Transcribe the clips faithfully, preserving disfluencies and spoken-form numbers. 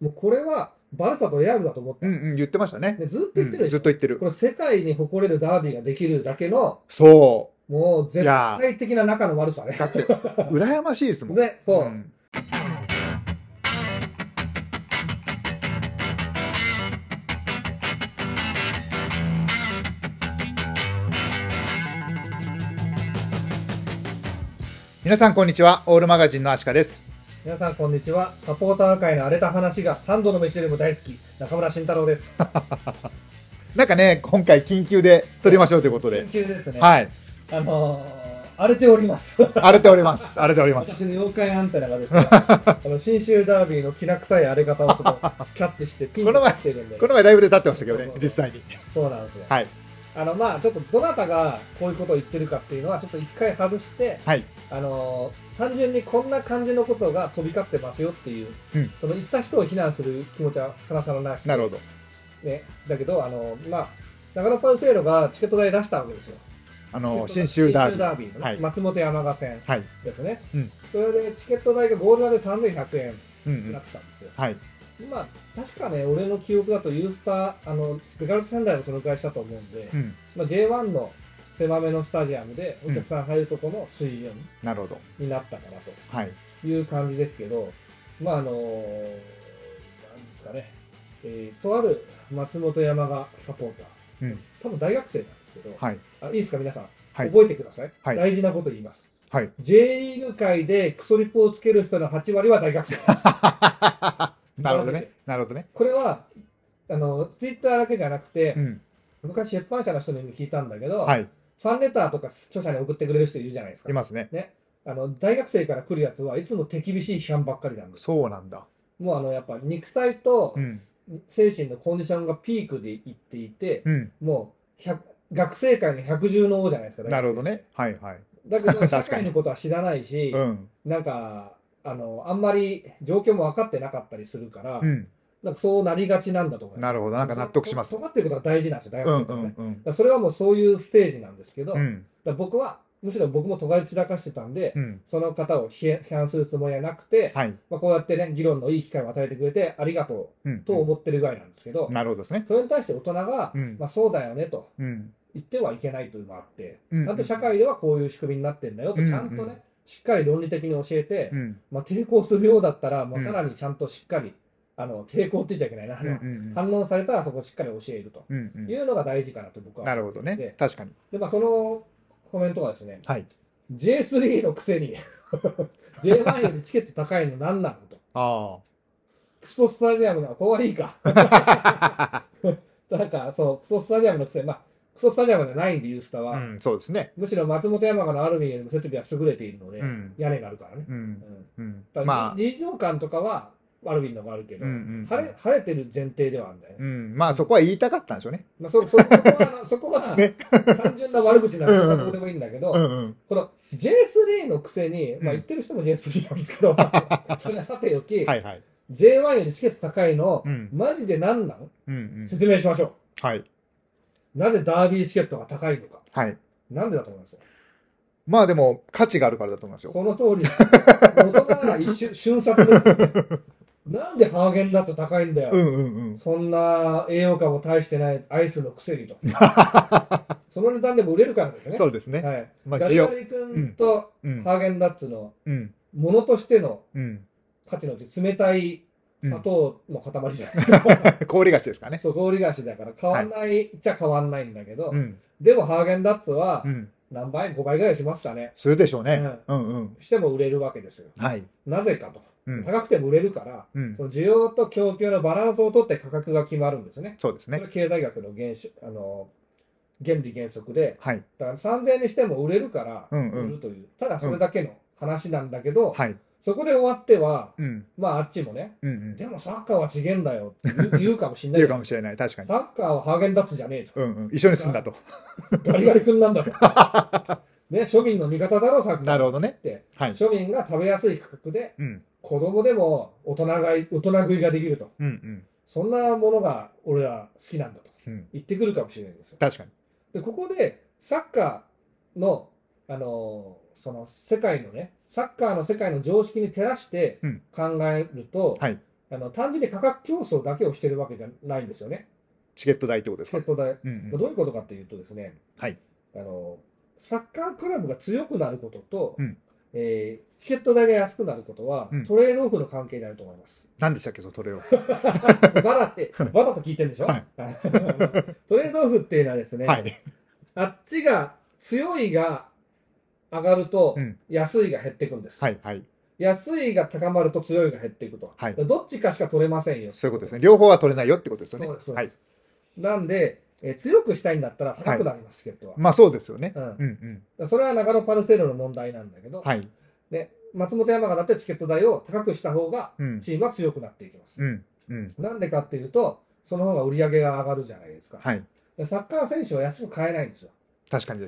もうこれはバルサとレアルだと思った。 うんうん、言ってましたね。 でずっと言ってるでしょ、 うん、ずっと言ってる。 これ世界に誇れるダービーができるだけの、 そもう絶いや対的な仲の悪さね。 う。だって、羨ましいですもん。 ね、そう。 ん皆さん、こんにちは。オールマガジンのアシカです。 皆さんこんにちは。サポーター界の荒れた話が三度の飯よりも大好き、中村慎太郎です。 なんかね、今回緊急で撮りましょうということで緊。急ですね。 はい。 あのー荒れております。 荒れております。荒れておりま私す。 の妖怪アンテナがですね、あの信州ダービーのきな臭い荒れ方をちょっとキャッチしてピンと来てるんで。 この前ライブで立ってましたけどね、実際に。 そうなんですよ。 はい。 あのまあちょっとどなたがこういうことを言ってるかっていうのはちょっと一回外して、 はい。 あのー単純にこんな感じのことが飛び交ってますよっていう、 うん、 その言った人を非難する気持ちはさらさらなくて、 なるほど。 ね、だけどあのーまあ長野パルセイロがチケット代出したわけですよ。 あの、新州ダービー。 新州ダービーのね、 はい。 松本山雅戦はい。 ですね。 うん。 それでチケット代がゴールラでさんぜんひゃくえうんうんんになってたんですよ。 はい。 まあ確かね、俺の記憶だとユースター、あのスペガルス仙台もそのくらいしたと思うんで、 うん。 まあ、ジェイワン の狭めのスタジアムでお客さん入るとこの水準なるほど。 になったかなはい。 という感じですけど、まああのなんですかね、えーとある松本山雅サポーター、 うん。 多分大学生なんですけど、 はい。 あいいですか皆さん、 はい。 覚えてください、 はい大事なこと言います。 はい。 J リーグ界でクソリップをつける人のはち割は大学生です。 なるほどね。なるほどね。 これはあのツイッターだけじゃなくて、 うん。 昔出版社の人に聞いたんだけど、 はい。 ファンレターとか著者に送ってくれる人いるじゃないですか。 いますね。 ね。あの大学生から来るやつはいつも手厳しい批判ばっかりなんです。 そうなんだ。 もうあのやっぱ肉体とうん。 精神のコンディションがピークでいっていて、 うん。 もうひゃく学生界の百獣の王じゃないですか。 なるほどね。はいはい。 だけど確かに社会のことは知らないし、 うん。 なんかあのあんまり状況も分かってなかったりするから、 うん。 なんかそうなりがちなんだと思います。 なるほど。なんか納得します。 尖ってることが大事なんですよ、大うん学生とかね。 うんうん。 だからそれはもうそういうステージなんですけど、だかうん。 ら僕はむしろ僕も尖り散らかしてたんで、 うん。 その方を批判するつもりはなくて、 はい。 まあ、こうやってね議論のいい機会を与えてくれてありがとう。 うんと思ってるぐらいなんですけど、 なるほどですね。 それに対して大人が、 うんまあ、そうだよねとうん。 言ってはいけないというのがあって、 うんちゃんと社会ではこういう仕組みになってんだよとうんちゃんとね、しっかり論理的に教えて、 うん。 まあ、抵抗するようだったらもううんさらにちゃんとしっかり、あの抵抗って言っちゃいけないな、あうんのうん反論されたらそこをしっかり教えるとうんうん。 いうのが大事かなと僕はなる思っていて、 ほどね。確かに。 で、まあ、そのコメントがですね、 はい。 ジェイスリー のくせにジェイワン よりチケット高いの何なのと。 あクソスタジアムのここはいいか。なんかそう、クソスタジアムのくせに、まあ、クソスタジアムじゃないんで、ユースタあ。 は。 うん。そうですね。 むしろ松本山雅のアルミンよりも設備は優れているので、 うん屋根があるからね。 う。 うんんうん。 だからまあ。 臨場感とかはアルミンのがあるけど、 うんうんうん晴れ晴れてる前提ではあるんだよね。 うん。まあそこは言いたかったんでしょうね。 まあ、そそそこはあのそこはね単純な悪口なんでうんうんどうでもいいんだけど、 うんうん。 この ジェイスリー のくせに、まあ、 うん言ってる人も ジェイスリー なんですけど、それはさておき、 はいはい。 ジェイワン よりチケット高いの、 うんマジで何なのうんうん。 説明しましょはい。 う。なぜダービーチケットが高いのか。 はい。 なんでだと思いますよ。 まあでも価値があるからだと思いますよ。 この通りです。元が一瞬瞬殺ですよね。なんでハーゲンダッツ高いんだよ。 うんうんうん。 そんな栄養価も大してないアイスのくせにと。その値段でも売れるからですね。 そうですね。 はい。 まあガリガリ君とうんハーゲンダッツのうんものとしてのうん。 価値のうち冷たいうん砂糖の塊じゃないですか。 氷菓子ですかね。 そう、氷菓子だから変わんないっちゃ変わんないんだけど、 うんでもハーゲンダッツはうん。 何倍 ?ご 倍ぐらいしますかね。 するでしょうね。うんうん。 しても売れるわけですよ。 はい。 なぜかと。 うん高くても売れるから、 うんそ。の需要と供給のバランスをとって価格が決まるんですね。 そうですね。 これ経済学の原則あの原理原則で、 はい。 だからさんぜんえんにしても売れるからうんうん売るという、ただそれだけの話なんだけど、 はい。 そこで終わっては、 うんまああっちもね、 うんうん。 でもサッカーは違えんだよって言う言うかもしれない言うかもしれない。確かに。 サッカーはハーゲンダッツじゃねえと。 うんうん。一緒に住んだと。 ガリガリ君なんだと。ね、庶民の味方だろ、サッカーなるほどね。 って。 はい。 庶民が食べやすい価格で、 うん子供でも大人がい、大人食いができると。 うんうんそんなものが俺は好きなんだとうん。 言ってくるかもしれないんですよ。 確かに。 で、ここでサッカーの、あのーその世界のね、サッカーの世界の常識に照らしてうん考えると、 はい。 あの単純に価格競争だけをしてるわけじゃないんですよね。 チケット代ってことですか。 チケット代。 うんうんどういうことかっていうとですね、 はい。 あのサッカークラブが強くなることと、 うんえーチケット代が安くなることは、 うんトレードオフの関係になると思います。 何でしたっけ、そのトレードオバラって、バラと聞いてるんでしょ、 はいトレードオフっていうのはですね、 フ。はい。 あっちが強いが上がると、 うん安いが減っていくんです。 はいはい。 安いが高まると強いが減っていくと。 はいどっちかしか取れませんよ。 そういうことですね。両方は取れないよってことですよね。 そうですそうですはい。 なんで、えー強くしたいんだったら高くなります、チケットは。 まあそうですよね。 うんうんうん。 それは長野パルセーロの問題なんだけど、 はい。 ね、松本山雅だってチケット代を高くした方がうんチームは強くなっていきます。 うんうん。 なんでかっていうと、その方が売り上げが上がるじゃないですか。 はい。 でサッカー選手は安く買えないんですよ。 確かにです。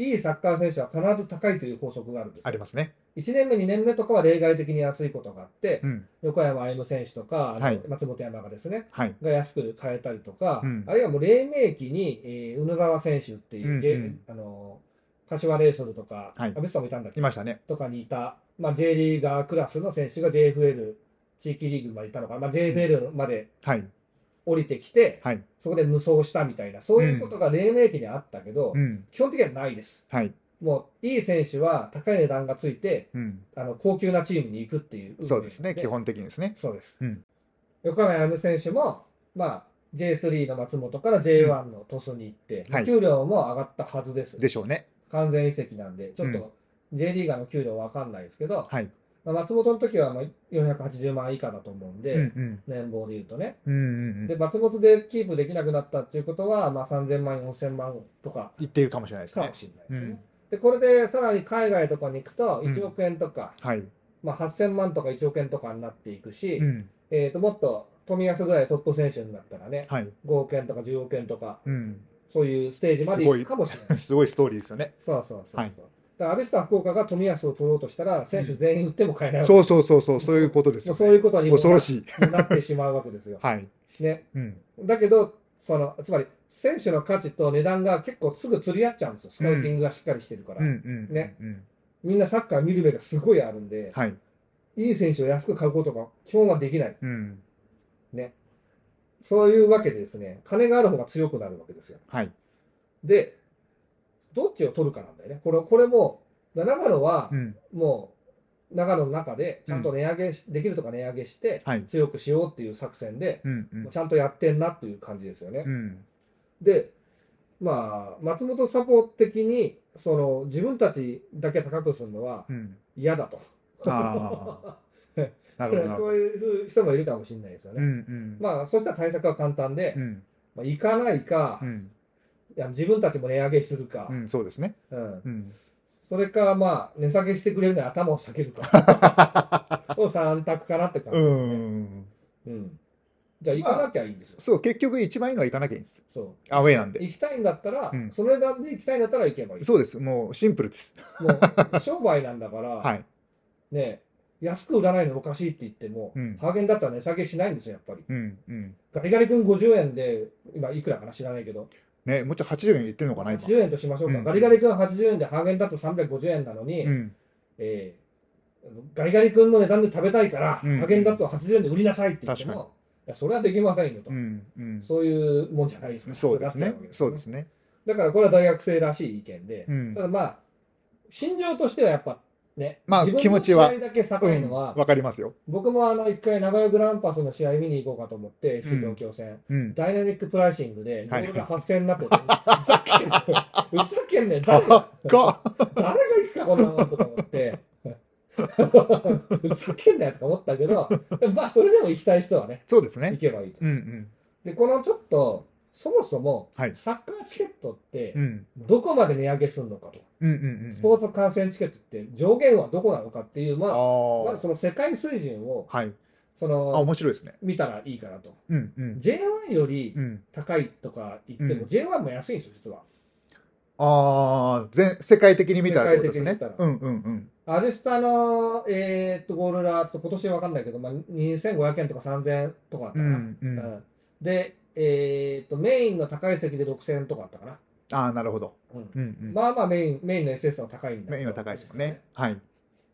いいサッカー選手は必ず高いという法則があるんですよ。 ありますね。 いちねんめ、にねんめとかは例外的に安いことがあって、 うん。 横山歩夢選手とか、あのはい松本山雅ですね、 はい。 が安く買えたりとか、 うんあるいはもう黎明期に、えー宇野沢選手っていう、 うん J うんあの柏レイソルとか、 はいアベスタもいたんだっけいましたね。 とかにいた、まあ、J リーガークラスの選手が ジェイエフエル 地域リーグまでいたのか、まあ、ジェイエフエル まではい。 降りてきて、 はい。 そこで無双したみたいな、そういうことが黎明期にあったけど、 うん。 基本的にはないです。 はい。 もういい選手は高い値段がついて、 うん。 あの高級なチームに行くっていう運命そうですね。基本的にですね。 そうです。 うん。 横山やむ選手も、まあ、ジェイスリー の松本から ジェイワン の鳥栖に行って、 はい給料も上がったはずです。 でしょうね。 完全移籍なんで、ちょっと J リーガーの給料わかんないですけど、 はい。 まあ、松本の時はまあよんひゃくはちじゅうまん以下だと思うんで、 うんうん。 年俸で言うとね。 うんうんうんで、。松本でキープできなくなったっていうことは、まあ、さんぜんまん、よんせんまんとか言っているかもしれないですねかも。しれないですね。 うんで、これでさらに海外とかに行くと、 うんいちおくえんとか、 はい。 まあ、はっせんまんとかいちおくえんとかになっていくし、 うん。 えー、ともっと冨安ぐらいトップ選手になったらね、 はい。 ごおくえんとかじゅうおくえんとか、 うん。 そういうステージまで行くかもしれない。 すごいストーリーですよね。 そうそうそうそう。 はいだからアビスパ福岡が冨安を取ろうとしたら、選手全員売っても買えないわけそうそうそうそう、そういうことですよもうそういうことにも恐ろしい。 ななってしまうわけですよ。 はい。 ね、 うん。 だけどその、つまり選手の価値と値段が結構すぐ釣り合っちゃうんですよ、スカウティングがしっかりしてるから。 うんうん。 ねうん。 みんなサッカー見る目がすごいあるんで、 はい。 いい選手を安く買うことが基本はできない。 うん。 ね。そういうわけでですね、金がある方が強くなるわけですよ。 はい。 で、どっちを取るかなんだよね。これこれも、だ長野はうん。 もう、長野の中でちゃんと値上げし、できるとか値上げしてはい。 強くしようっていう作戦で、 うんうん。 ちゃんとやってんなっていう感じですよね。 うん。 で、まあ、松本サポ的に、その自分たちだけ高くするのはうん。 嫌だと。 ああ。なるほどなるこうほど。 いう人もいるかもしれないですようんね。 うん。 まあ、そしたら対策は簡単で、 うん。 まあ、行かないか、 うん。 いや自分たちも値上げするか、 うん。そうですね。 うんうん。 それか、まあ、値下げしてくれるのに頭を下げるか。をさん択かなって感うじですね。 ん。 うん。じゃあ行かなきゃいいんですよ。 そう、結局一番いいのは行かなきゃいいんです。 そう。 アウェーなんで。 行きたいんだったら、 うんその値段で行きたいんだったら行けばいい。 そうです。もうシンプルです。 もう商売なんだから、 はい。 ね、安く売らないのおかしいって言っても、 うんハーゲンダッツは値下げしないんですよ、やっぱり。 うんうん。 ガリガリ君ごじゅうえんで、今いくらかな知らないけど、 ね、もうちょっとはちじゅうえん言ってるのかな、今はち。じゅうえんとしましょうか。 うんガリガリ君はちじゅうえんで、ハーゲンダッツさんびゃくごじゅうえんなのに、 うん。 えーガリガリ君の値段で食べたいから、 うんハーゲンダッツをはちじゅうえんで売りなさいって言って確かも、いやそれはできませんよと、 うんうん。 そういうもんじゃないですか。 そうですねなっちゃうわけ。 そうですね。 だからこれは大学生らしい意見で、 うんただまあ、心情としてはやっぱね、 まあ自分の気持ちは試合だけ高うん。 いのは、 わかりますよ。 僕もあの一回名古屋グランパスの試合見に行こうかと思って、エフシー 東京戦、 うん。 ダイナミックプライシングで、ゴはいールがはっせんになってて、ふざけんなよ、ふざけんなよ、誰が、 か。 誰が行くか、こんなもんとか思って、ふざけんなよとか思ったけど、まあ、それでも行きたい人はね、 そうですね行。けばいいと。 うんうん。 で、このちょっと、そもそも、 はいサッカーチケットってう、ん。 どこまで値上げするのかと。 うんうんうん。 スポーツ観戦チケットって上限はどこなのかっていう、まあ、まあずその世界水準を、 あ。はい。あ、 その、 面白いですね。 見たらいいかなと。 うんうん。 ジェイワン よりうん。 高いとか言っても、 うんジェイワン も安いんですよ、実は。 ああ、全、世界的に見たらってことですね世界的に見。たらうんうんうん。 アジスタの、えーっと、ゴールラー、ちょっと今年は分かんないけど、まあ、にせんごひゃくえんとかさんぜんえんとかだったうかな。 んうん。 うんで、えーっと、メインの高い席でろくせんえんとかあったかな。 ああ、なるほど。 うんうんうん。 まあまあメイン、メインの エスエス の高いんだけど。 メインは高いですもんね。はい。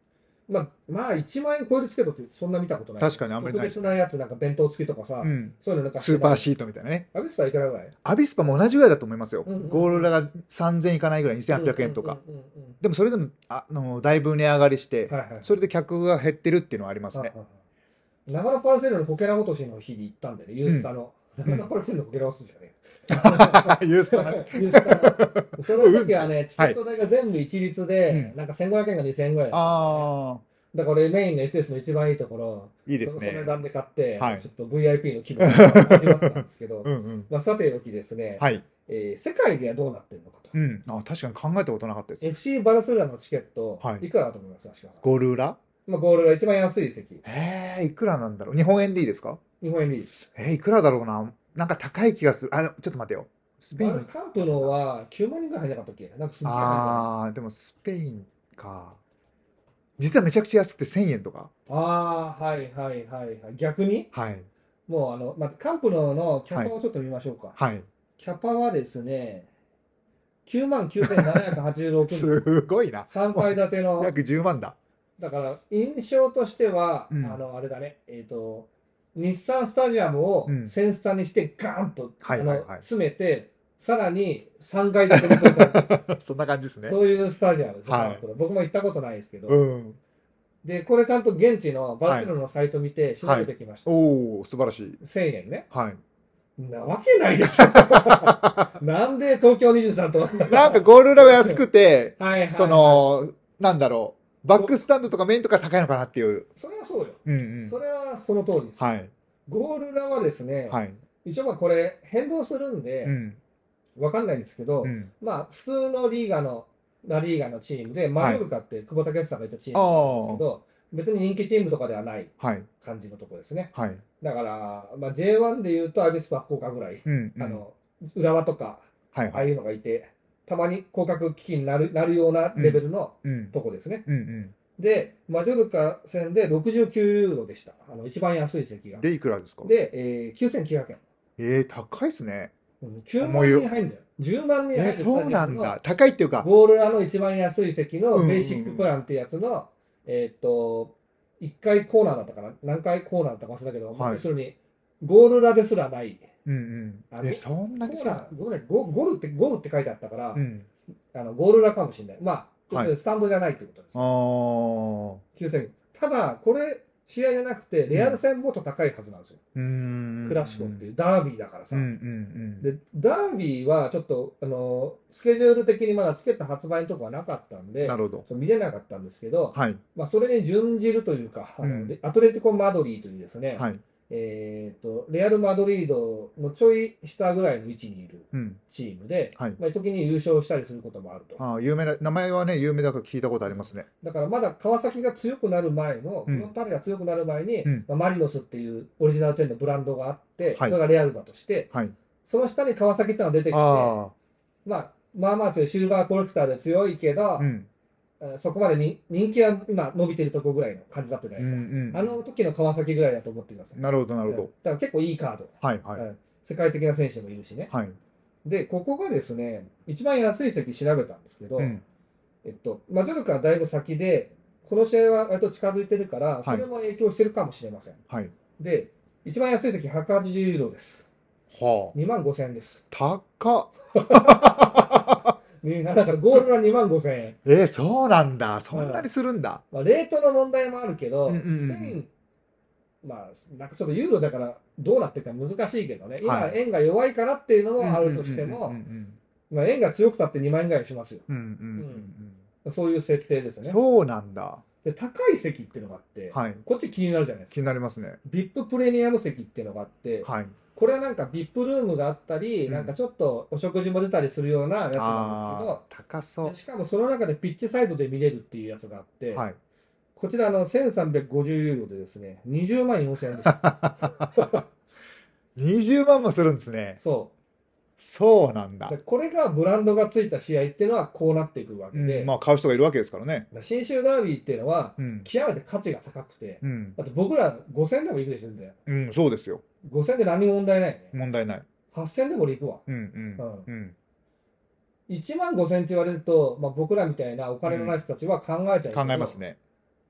まあ、まあいちまん円超えるチケットってそんな見たことない。 確かにあんまりない特別なやつなんか弁当付きとかさ、 うん、 そういうのなんかスーパーシーートみたいなね。 アビスパいくらぐらい？ アビスパも同じぐらいだと思いますよ。 うんうんうんゴールラがさんぜんいかないぐらい、にせんはっぴゃくえんとか。 うんうんうんでもそれでもあのだいぶ値上がりして、 はいはいはいそれで客が減ってるっていうのはありますね。 はいはいはい長野パルセールのこけら落としの日に行ったんでね、ユースタの。長野パルセールのこけら落としじゃねえ。 ユースタね。 ユースタの。その時はね、チケット代が全部一律で、 うんなんかせんごひゃくえんがにせんえんぐらいだったんああ、 だから俺メインの エスエス の一番いいところ、 いいですねそのその値段で買って、 はいちょっと ブイアイピー の気分を味わったんですけど、 うんうん。 まあ、さておきですね、 はい。 えー世界ではどうなってるのかと。 うん。あ、確かに考えたことなかったです。 エフシー バルセロナのチケット、 はいいくらだと思いますか、足利さん。 ゴルラまあ、ゴールが一番安い席。 えー、いくらなんだろう。日本円でいいですか？ 日本円でいいです。 えー、いくらだろうな。なんか高い気がする。あ、ちょっと待ってよ。スペイン。 バルスカンプのはきゅうまん人ぐらい入んなかったっけなんかすっげえ入んなああ、でもスペインか。実はめちゃくちゃ安くてせんえんとか。 いああ、はいはいはいはい。逆にはい。 もうあの、まあ、カンプノのキャパをちょっと見ましょうか。 はい。 キャパはですね、きゅうまんきゅうせんななひゃくはちじゅうろく人。 すごいな。 さんかい建ての。 約じゅうまんだ。 だから印象としては、 うんあのあれだね、えっ、と日産スタジアムをうんセンスタにしてガーンと、 はいはいはいあの詰めて、さらにさんかい建てにするとそんな感じですね。 そういうスタジアムですね、 はい僕も行ったことないですけど、 うん。 でこれちゃんと現地のバルセロナのサイト見て調べてきました、 おお、素晴らしい。 せんえんね。 はい。 なわけないでしょなんで東京にじゅうさんとなんかゴールラが安くて、 はいはいはい、 その、なんだろう、バックスタンドとかメインとか高いのかなっていう。 それはそうよ、 うんうん。 それはその通りです、 はい。 ゴールラはですね、 はい。 一応まあこれ変動するんで、 うん。 わかんないんですけど、 うん。 まあ普通のリーガのラリーガのチームでマジョルカって久保建英さんがいたチームなんですけど、別に人気チームとかではないはい。 感じのところですね。 はい。 だから、まあ、ジェイワン でいうとアビスパ福岡ぐらい、 うん、うん。 あの浦和とかはいはい。 ああいうのがいて、たまに降格危機になるなるようなレベルのうん。 とこですね。 うんうん。 で、マジョルカ戦でろくじゅうきゅうユーロでした。あの一番安い席が。 で、いくらですか？ で、えー、きゅうせんきゅうひゃくえん。 えー、高いっすね。 うんきゅうまん人入るんだよ。じゅうまん人入るえー、 スタジアムのそうなんだ。高いっていうか、 ゴールラの一番安い席のうんうんうんベーシックプランっていうやつの、えーっと、いっかいコーナーだったかな何回コーナーだったか忘れたけど、 はい要するに、ゴールラですらない。 うんうん。 あえ、そんなにさコーナー、ごめんゴゴルって、ゴールって書いてあったから、 うん。 あのゴールラかもしれない。まあ、要はいするにスタンドじゃないってことです。 あー。 きゅうせん。ただ、これ、試合じゃなくて、レアル戦もっと高いはずなんですよ。 うーん。 クラシコっていう、ダービーだからさ。 うんうんうん。 で、ダービーはちょっと、あの、スケジュール的にまだチケット発売のとこはなかったんで、 なるほど。 そう見れなかったんですけど、 はい。 まあ、それに準じるというか、あのうんレアトレティコ・マドリーというですね、 はい。 えー、とレアル・マドリードのちょい下ぐらいの位置にいるうん。 チームで、 はいまあ、時に優勝したりすることもあると。 ああ、有名な、名前はね、有名だから聞いたことありますね。 だからまだ川崎が強くなる前の、フうんロンターレが強くなる前に、 うんまあ、マリノスっていうオリジナル店のブランドがあって、 はいそれがレアルだとして、 はい。 その下に川崎ってのが出てきて、 あまあ、まあまあ強いシルバーコレクターで強いけど、 あ。うん。 えーそこまでに人気は今伸びてるとこぐらいの感じだったじゃうなんいですか。 うん。 あの時の川崎ぐらいだと思ってください。 なるほど、なるほうんだから結構いいカード、 ど。はいはい。 うん世界的な選手もいるしね。 はい。 で、ここがですね、一番安い席調べたんですけど、 うん。 えっと、マジョルカはだいぶ先で、この試合は割と近づいてるから、それも影響してるかもしれません。 はい。 で、一番安い席ひゃくはちじゅうユーロです。 はにまんごせんえんです。 あ。高っ。 ねだからゴールはにまんごせんえん。 えー、そうなんだ。そんなにするんだ。 まあ、レートの問題もあるけど、 うんうんうんスペイン、まあ、なんかちょっとユーロだからどうなってるか難しいけどね、今、 はい円が弱いからっていうのもあるとしてうんもう、んまあ円が強くたってにまんえんぐらいしますよ。 うんうん。うんうんうんそういう設定ですうん。 ね。 そうなんだ。 で高い席っていうのがあって、 はい。 こっち気になるじゃないですか。 気になりますね。 ビップ プレミアム席っていうのがあって、 はい。 これはなんか ビップ ルームがあったり、 うんなんかちょっとお食事も出たりするようなやつなんですけああど、、 高そでしかもその中でピッチサイドで見れるっていうやつがあって、 う。はい。 こちらあのせんさんびゃくごじゅうユーロでですね、にじゅうまんよんせんえんでした。 にじゅうまんもするんですね。 そそうなんう。 だで。これがブランドがついた試合っていうのはこうなっていくわけで、 うん、まあ買う人がいるわけですからね。 信州ダービーっていうのはうん。 極めて価値が高くて、 うん。 だって僕らごせんでも行くでしょ、全然。 うん、そうですよ。 ごせんで何も問題ないよね。 問題ない。 はっせんでも行くわ。 うんうん。うん。 いちまんごせんって言われると、まあ、僕らみたいなお金のない人たちは考えちゃうけど、 考えますね。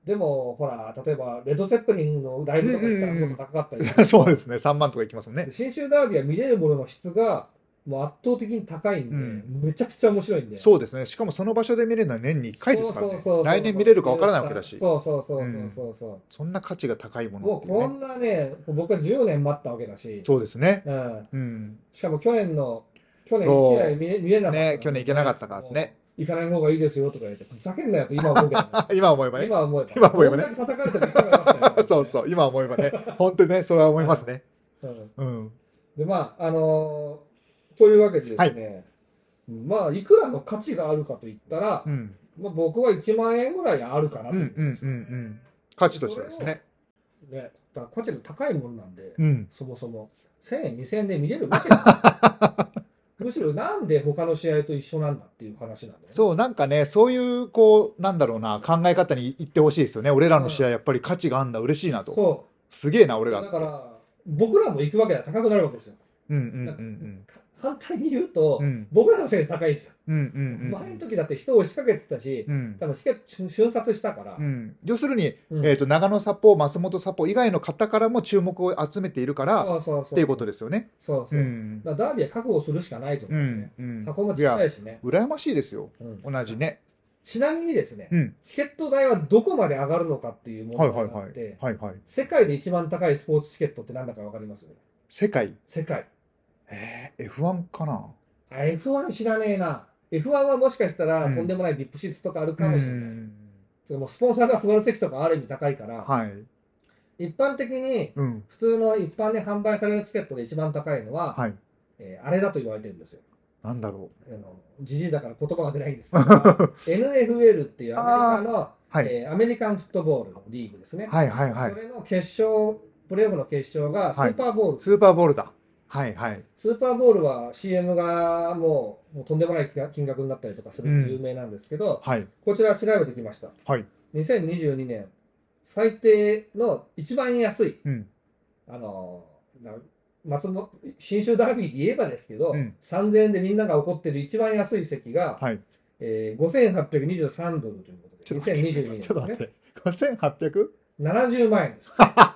でもほら例えばレッド・ゼッペリンのライブとか行ったらもっと高かったりとうんか、 そうですね、さんまんとかいきますもんね。 信州ダービーは見れるものの質がもう圧倒的に高いんで、 うんめちゃくちゃ面白いんで。 そうですね。しかもその場所で見れるのは年にいっかいですからねそうそうそうそう。 来年見れるかわからないわけだし、 そうそうそうそうそうそう。 そんな価値が高いものもうっていうね。 こんなね、僕はじゅうねん待ったわけだし、 そうですね。 うん、 うん。 しかも去年の、去年そういち試合見れ見れなかった、 ね、去年行けなかったからですね。 行かない方がいいですよとか言って、ふざけんなよと今思うけど、ね、 今思えばね。 今思えば。 今思えばねこんだけ叩かれても行かなかったよそうそう、今思えばね。本当にね、それは思いますね。 うんうん。 で、まあ、あのーというわけでですね、まあ、いくらの価値があるかといったら、 うん。 まあ、僕はいちまんえんぐらいあるかなとうん思うんですよ。 うんうんうん。価値としてはですね。 ね、だから価値の高いものなんで、 うん。 そもそもせんえん、にせんえんで見れるわけないむしろなんで他の試合と一緒なんだっていう話なんだよね。 そう、なんかね、そういう、こう、なんだろうな、考え方に言ってほしいですよね。俺らの試合、やっぱり価値があんだ、嬉しいなと。 そすげえな、 う。 俺らって。 だから、僕らも行くわけだ高くなるわけですよ。 うんうんうん反対に言うと、 うん僕らのせいで高いですよ。 うん。うんうんうん。 前の時だって人を押しかけてたし、 うん多分しけ瞬殺したから。 うん、要するに、 うんえーと、長野サポ、松本サポ以外の方からも注目を集めているからそうそうそうっていうことですよね。 そうそう。 うんだからダービーは覚悟するしかないと思ううんですね。 んうん箱もちっちゃいしね。 羨ましいですよ、 うん同じね。 ちなみにですね、 うん、 チケット代はどこまで上がるのかっていう問題はいはいはいがあって、 はいはい。 世界で一番高いスポーツチケットって何だか分かります？ 世界、 世界。 えー、エフワン かな。 あ、エフワン 知らねえな。エフワン はもしかしたらうんとんでもない ブイアイピー シーツとかあるかもしれない。 うんでもスポンサーが座る席とかある意味高いから、 はい、 一般的にうん、 普通の一般で販売されるチケットで一番高いのは、 はい、 えーあれだと言われてるんですよ。 なんだろあのじじいだから言葉が出ないんですけどエヌエフエル っていうアメリカの、 う。はい、 えーアメリカンフットボールのリーグですね。 はいはいはいそ。れの決勝、プレーオフの決勝がスーパーボール。 スーパーボールだ。はいはい。 スーパーボールは シーエム がもうもうとんでもない金額になったりとかするって有名なんですけど、 はいこちら調べてきました。 はい。 にせんにじゅうにねん最低の一番安い、 うんあのな松本信州ダービーで言えばですけど、 うんさんぜんえんでみんなが怒ってる一番安い席が、 はい。 えー、ごせんはっぴゃくにじゅうさんドルということで、 ちょっと待ってにせんにじゅうにねんちょっと待っですね。 て。ごせんはっぴゃく？ ななじゅうまんえんです。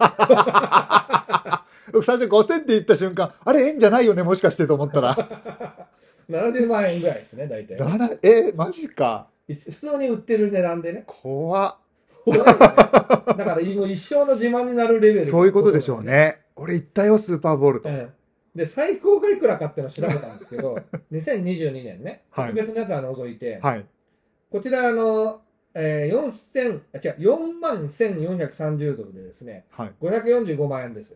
僕最初ごせんって言った瞬間、あれ円じゃないよね、もしかしてと思ったら。 ななじゅうまんえんぐらいですね、大体。 だなえ、マジか。 一普通に売ってる値段でね。 怖っ。 怖いよねだからもう一生の自慢になるレベル、 そういうことでしょう。ね。俺行ったよ、スーパーボールと。 うんで、最高がいくらかっていうのを調べたんですけど、にせんにじゅうにねんね、 はい特別なやつは除いて、 はい。 こちらあの、えー、よんせんあ違うよんまんせんよんひゃくさんじゅうドルでですね、 はい。 ごひゃくよんじゅうごまんえんです。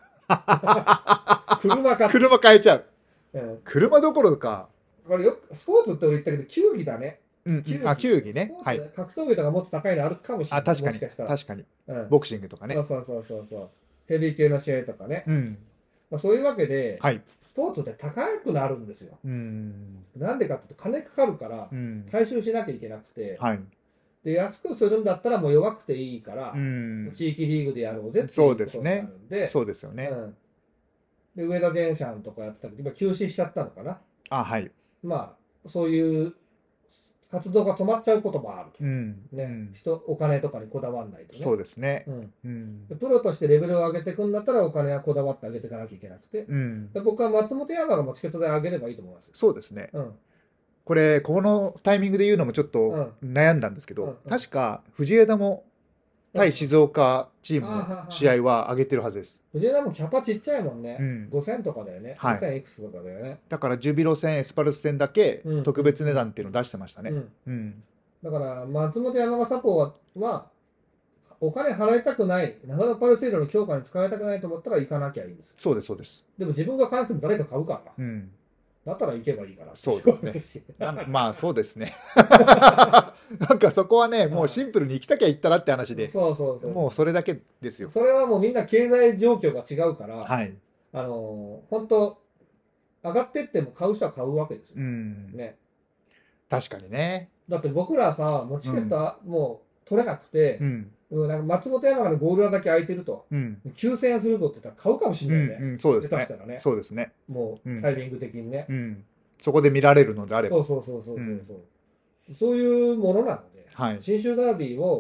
車か、 車変えちゃう。 うん、 車どころか。 これよくスポーツって俺言ったけど、球技だね。 うんうん、あ、球技ねス。ポはい。 ーツで格闘技とかもっと高いのあるかもしれない。 あ、確かに。 もしかしたら。 確かに。 うんボクシングとかねそ。うそうそうそうそう。ヘビー系の試合とかね。 うん。 まあ、そういうわけで、 はい。 スポーツって高くなるんですよ。 うん。 なんでかっていうと、金かかるからう、ん。 回収しなきゃいけなくて、 はい。 で安くするんだったらもう弱くていいから、 うん。 地域リーグでやろうぜっていうそうことになですねるんで、 そうですよね。 うんで上田ジェンシャンとかやってたけど、今休止しちゃったのかな。 あ、はい。 まあ、そういう活動が止まっちゃうこともあると。 うん。 ねうん人お金とかにこだわらないとね。 そうですね。 うんうんで。プロとしてレベルを上げていくんだったらお金はこだわって上げていかなきゃいけなくて、 うん。 で僕は松本山がもうチケット代上げればいいと思いますよ。 そうですね。 うんこれ、このタイミングで言うのもちょっと悩んだんですけど、 うんうん確か藤枝も対静岡チームの試合は上げてるはずです。 藤枝もキャパちっちゃいもんね。 うんごせんとかだよね。 はいごせんいくつとかだよね。 だからジュビロ戦、エスパルス戦だけうん特別値段っていうのを出してましたね。 うんうん。 だから松本山雅サポは、はお金払いたくない、長野パルセイロの強化に使いたくないと思ったら行かなきゃいいんですよ。 そうです、そうです。 でも自分が買わなくても誰か買うから。 うん。 だったら行けばいいから。 そうですねなまあ、そうですね。なんかそこはね、もうシンプルに行きたきゃ行ったらって話で、 そうそうそう。 もうそれだけですよ。 それはもうみんな経済状況が違うから、 はい。 あのー本当上がってっても買う人は買うわけですよ。 うん。 ね。 確かにね。 だって僕らさ、もうチケットはもう取れなくてう、ん。 うんなんか松本山雅のゴールラだけ空いてると、 うん。 きゅうせんえんするぞって言ったら買うかもしうん、 れないね。 うん、そうですね下手したらね。 そうですね。 もうんうタイミング的にね。 うん。そこで見られるのであれば。 そうそうそうそうそうそう。そういうものなので、 はい。 信州ダービーを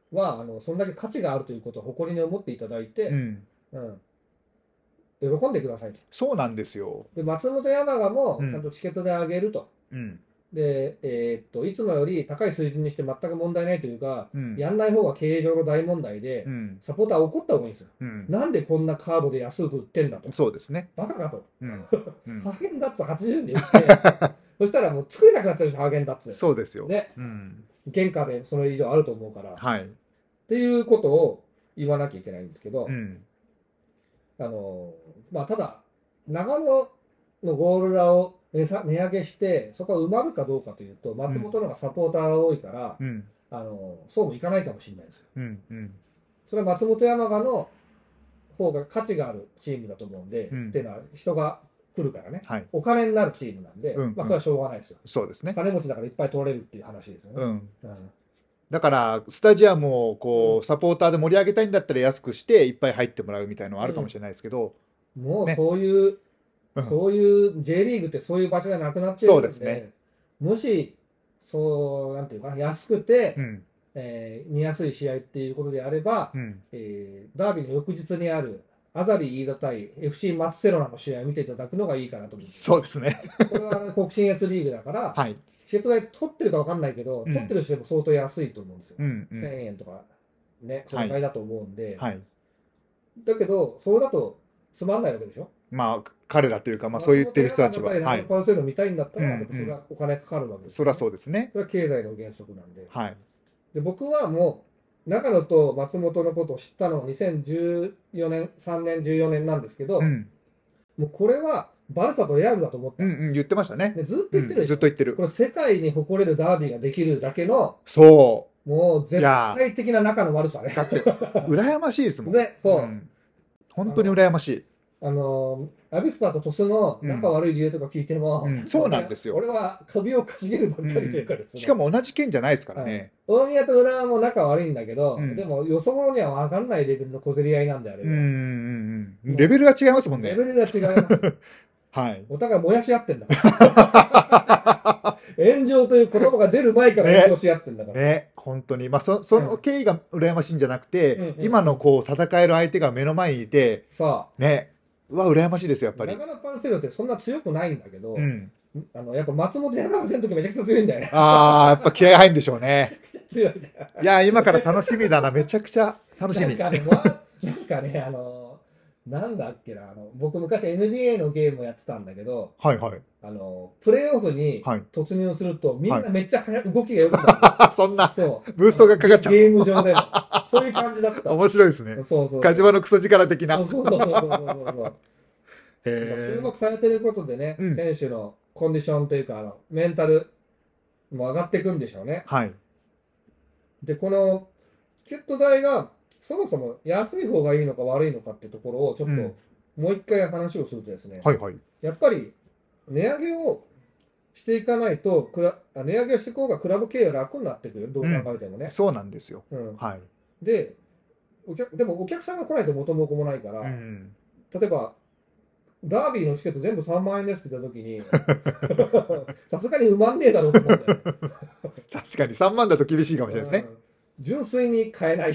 はあのそんだけ価値があるということを誇りに思っていただいて、 うん。 うん喜んでくださいと。 そうなんですよ。 で、松本山雅もうんちゃんとチケットであげると。 うん。 で、えーっと、いつもより高い水準にして全く問題ないというか、 うん。 やんない方が経営上の大問題で、 うん。 サポーターは怒った方がいいんですよ。 うん。 なんでこんなカードで安く売ってんだと。 そうですね。 バカかと。 うん。うんハーゲンダッツはちじゅうえんで売って、そしたらもう作れなくなっちゃうんですよ、ハーゲンダッツ。 そうですよ。 ね。 うん。 原価でそれ以上あると思うから。っはい。 ていうことを言わなきゃいけないんですけど、 うん。 あの、まあ、ただ、長野のゴールラを値さ値上げして、そこが埋まるかどうかというと、松本の方がサポーターが多いから、 うん。 あのそうもいかないかもしれないですよ。 うん。うん。 それは松本山雅の方が価値があるチームだと思うんで、 うんっていうのは人が来るからね、 はい。 お金になるチームなんで、 うんまあ、これはしょうがないですよ。 そうですね。 金持ちだからいっぱい取られるっていう話ですよね。 うん。 うんだからスタジアムをこうんうサポーターで盛り上げたいんだったら安くしていっぱい入ってもらうみたいのはあるかもしれないですけど、 もうねそういう、 うんそういう J リーグってそういう場所がなくなってるんで、 そうですねもし、そう、なんていうか、安くて、 うんえー見やすい試合っていうことであれば、 うんえーダービーの翌日にあるアザリー飯田対 エフシー マツセロナの試合を見ていただくのがいいかなと思うんですよ。 そうですね。 これは国信越リーグだから、 はい。 チケット代取ってるか分かんないけど、 うん取ってる人でも相当安いと思うんですよ。 うんうんせんえんとかね、そのぐらいだと思うんで、 はい。 だけど、それだとつまんないわけでしょ。 まあ彼らというかまあそう言ってる人たちは松本山雅はい。 対長野パウセル見たいんだったら、 うんうんそれはお金かかるわけですそりゃそうですね。 それは経済の原則なんで。 はい。 で僕はもう長野と松本のことを知ったのはにせんじゅうよねん、さんねん、じゅうよねんなんですけど、 うんもうこれはバルサとレアルだと思った。 うんうん言ってましたね。 でずっと言ってるでしょ、 うんずっと言ってるこ。れ世界に誇れるダービーができるだけの、 そもう絶対的な仲の悪さねう。。だって羨ましいですもん。 ね、そう。 ん本当に羨ましい。 あのアビスパとトスの仲悪い理由とか聞いても、 うんうんそうなんですよ俺は俺は首をかしげるばっかりというかですね、 しかも同じ県じゃないですからね。 大宮と浦和も仲悪いんだけど、 うんでもよそ者には分かんないレベルの小競り合いなんであれば、 うんうんうん。レベルが違いますもんね。 レベルが違います。 はい。 お互い燃やし合ってんだから炎上という言葉が出る前から炎上し合ってんだから、 ね、本当に。まあ、そその経緯が羨ましいんじゃなくて、 うんうん今のこう、戦える相手が目の前にいて、 さね、うわ、羨ましいですよ、やっあぱり。 長野パンセロってそんな強くないんだけど、 うん。 あのやっぱ松本山雅の時めちゃくちゃ強いんだよね。 ああ、やっぱ気合が入るんでしょうね。 めちゃくちゃ強いんだよ。 いや、今から楽しみだな。めちゃくちゃ楽しみ。 なんかね、わなんかね、あの、なんだっけな、あの僕昔 エヌビーエー のゲームをやってたんだけど、 はいはい。 あのプレーオフにはい突入すると、みんはなめっちゃ速い動きが良くなる。 そんな、 そう。 ブーストがかかっちゃう。 ゲーム上でも。そういう感じだった。 面白いですね。 そうそうそう。 ガジバのクソ力的な。 そうそうそうそうそうそう。 へ注目されてることでね、 うん選手のコンディションというか、あのメンタルも上がっていくんでしょうね。 はい。 で、このチケット代がそもそも安い方がいいのか悪いのかっていうところをちょっと、 うんもう一回話をするとですね、 はいはい。 やっぱり値上げをしていかないと、クラあ値上げをしていこうがクラブ経営が楽になってくる、どう考えてもね。 そうなんですよ。 うんはい。 でお客、でもお客さんが来ないと元も子もないから、 うん。 例えば、ダービーのチケット全部さんまんえんですって言ったときに、さすがに埋まんねえだろうと思うんだよね。 確かにさんまんだと厳しいかもしれないですね。 うん純粋に買えない。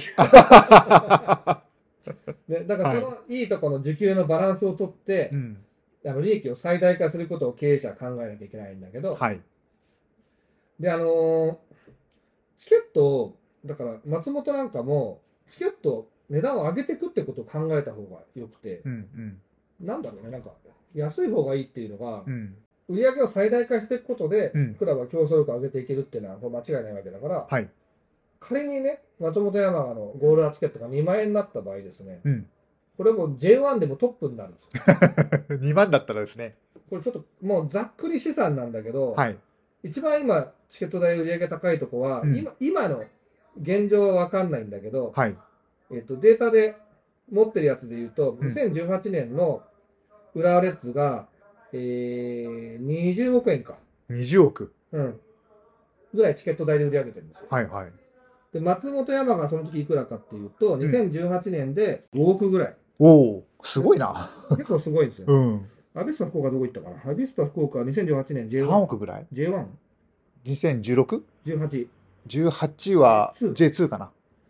ね、だからそのいいところの時給のバランスをとって、 うん。 あの利益を最大化することを経営者は考えなきゃいけないんだけど、 はい。 で、あのーチケットを、だから松本なんかも、チケット値段を上げていくってことを考えた方がよくて、 うんうんなんだろうね、なんか安い方がいいっていうのが、 うん。 売り上げを最大化していくことで、 うんクラブは競争力を上げていけるっていうのはこれ間違いないわけだから、 はい。 仮にね、松本山雅のゴールラーチケットがにまんえんになった場合ですね、 うん。 これもう ジェイワン でもトップになるんですよ。 にまんだったらですね。 これちょっともうざっくり試算なんだけど、 はい。 一番今、チケット代売り上げ高いとこは、 うん今今の現状は分かんないんだけど、 はい。 えっと、データで持ってるやつで言うと、 うんにせんじゅうはちねんの浦和レッズが、えー、にじゅうおくえんか、 にじゅうおく。 うん、ぐらいチケット代で売り上げてるんですよ。 はいはい。 で、松本山がその時いくらかっていうと、にせんじゅうはちねんでごおくぐらい。 おお、すごいな。 結構すごいんですよ。 うん。 アビスパ福岡どこ行ったかなアビスパ福岡はにせんじゅうはちねん ジェイワン。 さんおくぐらいジェイワン? にせんじゅうろく? じゅうはち。 じゅうはち はツージェイツー かな。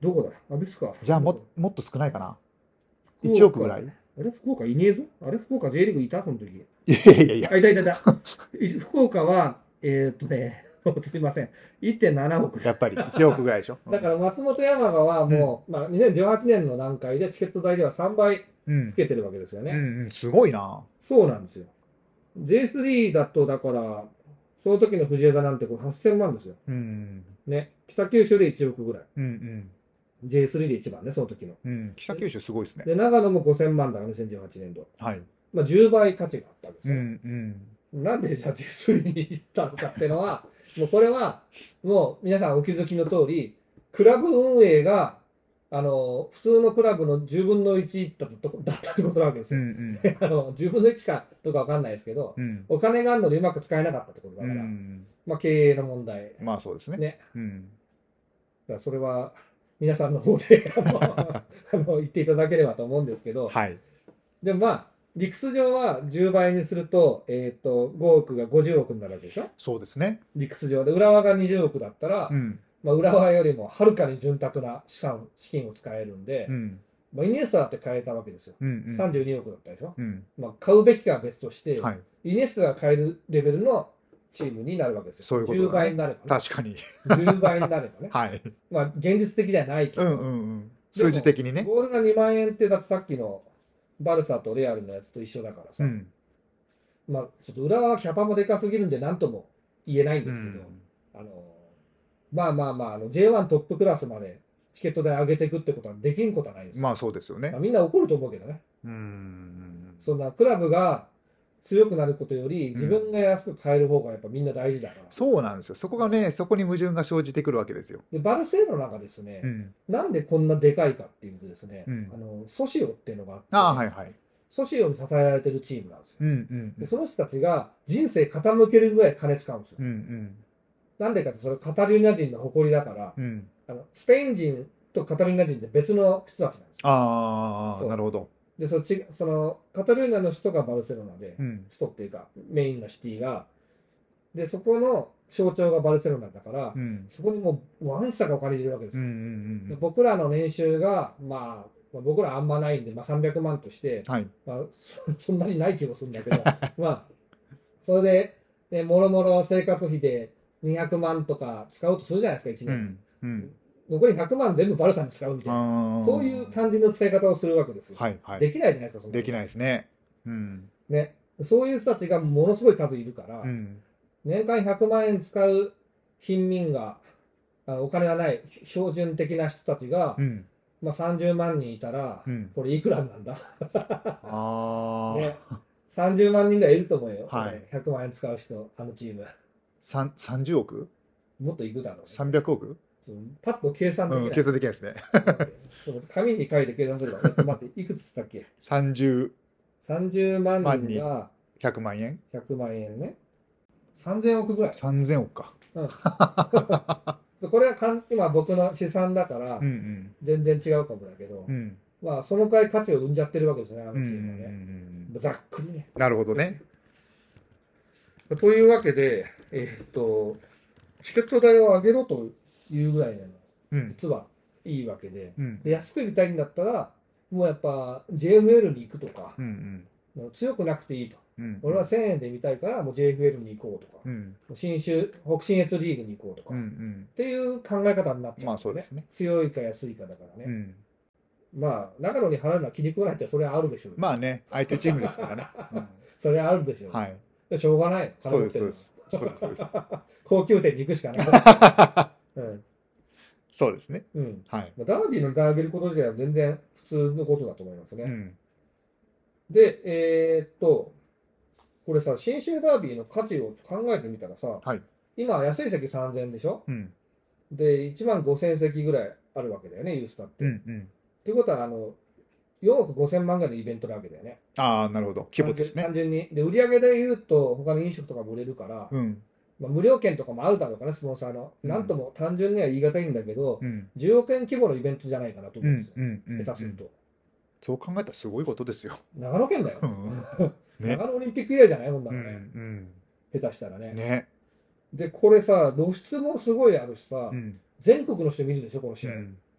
どこだ、アビスか。 じゃあももっと少ないかな。 福岡いちおくぐらい。 あれ、福岡いねえぞ。あれ、福岡 J リーグいたその時。 いやいやいやいや。 あ、いたいたいた。い福岡は、えーっとね、すみません。いってんななおく。 やっぱりいちおくぐらいでしょ。 だから松本山雅はもう、まあ、にせんじゅうはちねんの段階でチケット代ではさんばいうんつけてるわけですよね。 うんうん、すごいな。 そうなんですよ。ジェイスリー だと、だから、その時の藤枝なんてこれはっせんまんですよ。 うんね。北九州でいちおくぐらい。 うんうんジェイスリー で一番ね、その時の。 うん。北九州すごいですね。 で、長野もごせんまんだから、にせんじゅうはちねん度。 はい。 まあ、じゅうばい価値があったんですうよ。 んうんなんでじゃあ ジェイスリー に行ったのかっていうのは、もうこれは、もう皆さんお気づきの通り、クラブ運営が、あの、普通のクラブのじゅうぶんのいちだっただったってことなわけですうんよ。 うんあの、じゅうぶんのいちかどうかわかんないですけど、 うんお金があるのでうまく使えなかったってことだうから、 ん。 まあ経営の問題。 まあそうですね。 ね。 うん。 だからそれは皆さんの方であのあの言っていただければと思うんですけど、 はい。 でもまあ、理屈上はじゅうばいにすると、えっと、ごおくがごじゅうおくになるわけでしょ、 そうですね。 理屈上で。浦和がにじゅうおくだったら、 うんまあ、浦和よりもはるかに潤沢な資産、資金を使えるんで、 うんまあ、イニエスタだって買えたわけですよ。 うんさんじゅうにおくだったでしょ、 うんまあ、買うべきかは別として、 はい。 イニエスタが買えるレベルのチームになるわけですよ。 そういうことだねじゅうばいになればね。 確かに。 じゅうばいになればね。 はい。 まあ、現実的じゃないけど、 うんうんうん。数字的にね。 ゴールがにまん円って、だってさっきのバルサとレアルのやつと一緒だからさ、 うん。 まあ、ちょっと浦和はキャパもでかすぎるんで、なんとも言えないんうですけど、 ん。 あのまあまあまあ、あの ジェイワン トップクラスまでチケット代上げていくってことはできんことはないんですよ。 まあそうですよねまあ、。みんな怒ると思うけどね。 うん。 そんなクラブが強くなることより、自分が安く買える方がやっぱみんな大事だから。 そうなんですよ。そこがね、そこに矛盾が生じてくるわけですよ。 で、バルセロナがですね、 うん。 なんでこんなでかいかっていうとですね、 うんあのソシオっていうのがあって、 ああ、はいはい。 ソシオに支えられてるチームなんですよ。 うんうんでその人たちが人生傾けるぐらい金使うんですよ。 うんうんなんでかって、それカタルーニャ人の誇りだから、 うん。 あのスペイン人とカタルーニャ人って別の人たちなんですよ。 ああ、 そうなるほど。 でそのちそのカタルーニャの首都がバルセロナで、 うん首都っていうかメインのシティが、でそこの象徴がバルセロナだから、 うんそこにもうワンサがお金入れるわけですうんうよ。でんうん。 僕らの年収が、まあ、まあ僕らあんまないんで、まあ、さんびゃくまんとして、 はい。 まあ、そそんなにない気もするんだけど、まあ、それで、ね、もろもろ生活費でにひゃくまんとか使うとするじゃないですか、いちねん。 うんうん。 残りひゃくまん全部バルサに使うみたいな、 ああ。 そういう感じの使い方をするわけですよ。 はいはい。 できないじゃないですか、そんなのできないですね。うん。 ね。そういう人たちがものすごい数いるから、 うん。 年間ひゃくまん円使う貧民が、あのお金がない標準的な人たちが、 うん。 まあ、さんじゅうまん人いたら、 うん。 これいくらなんだ、 ああ。 ね、さんじゅうまん人ぐらいいると思うよ、 はいひゃくまん円使う人、あのチーム。 三三十億？ もっといくだろう、ね。 三百億？ そうパッと計算できない。 うん、計算できないですね。 そう紙に書いて計算するから、えっと待って、いくつっつったっけ三十、 さんじゅうまん人が百万円？ ひゃくまん円ね。さんぜんおくぐらい。 三千億か。 うん、これはかん今僕の試算だからうんうん全然違うかもだけど、 うんまあそのくらい価値を生んじゃってるわけですよね、あのチうんうんうームはね。 ん。 ざっくりね。 なるほどね。 というわけで、えーっと、チケット代を上げろというぐらいなの、 うん実はいいわけで、 うんで安く見たいんだったら、もうやっぱ ジェイエフエル に行くとか、 うんもう強くなくていいと。 うん。 俺はせんえんで見たいから、もう ジェイエフエル に行こうとか、 うん新州、北信越リーグに行こうとか、 うんうっん。 ていう考え方になっちゃうんですよね。 まあそうですね。 強いか安いかだからね。 うん。 まあ、長野に払うのは気に食わないってそれはあるでしょう。 まあね、相手チームですからね。うんそれはあるでしょう。 はい。 でしょうがない。 そうですそう金持ってるのです。そうですそうです。 高級店に行くしかない。うん。 そうですね。 うん。 はい。 ダービーの値上げること自体は全然普通のことだと思いますね。 うんで、えーっと、これさ、信州ダービーの価値を考えてみたらさ、 はい。 今安い席さんぜんえんでしょうんで、いちまんごせん席ぐらいあるわけだよね、ユースタって。っうんうん。 ていうことは、あの、よんおくごせんまんぐらいのイベントなわけだよね。 ああ、なるほど。規模ですね。 単純に。で、売り上げで言うと、他の飲食とかも売れるから、 うんまあ、無料券とかもあるだろうかな、スポンサーの。 うんなんとも単純には言い難いんだけど、 うんじゅうおくえん規模のイベントじゃないかなとう思うんですよ。 んうんうん。 下手すると。 そう考えたらすごいことですよ。 長野県だよ。 うんね。 長野オリンピック以来じゃないほんなうんらね。 うん。 下手したらね。 ね。 で、これさ、露出もすごいあるしさ、 うん全国の人見るでしょ、この試合。 うんう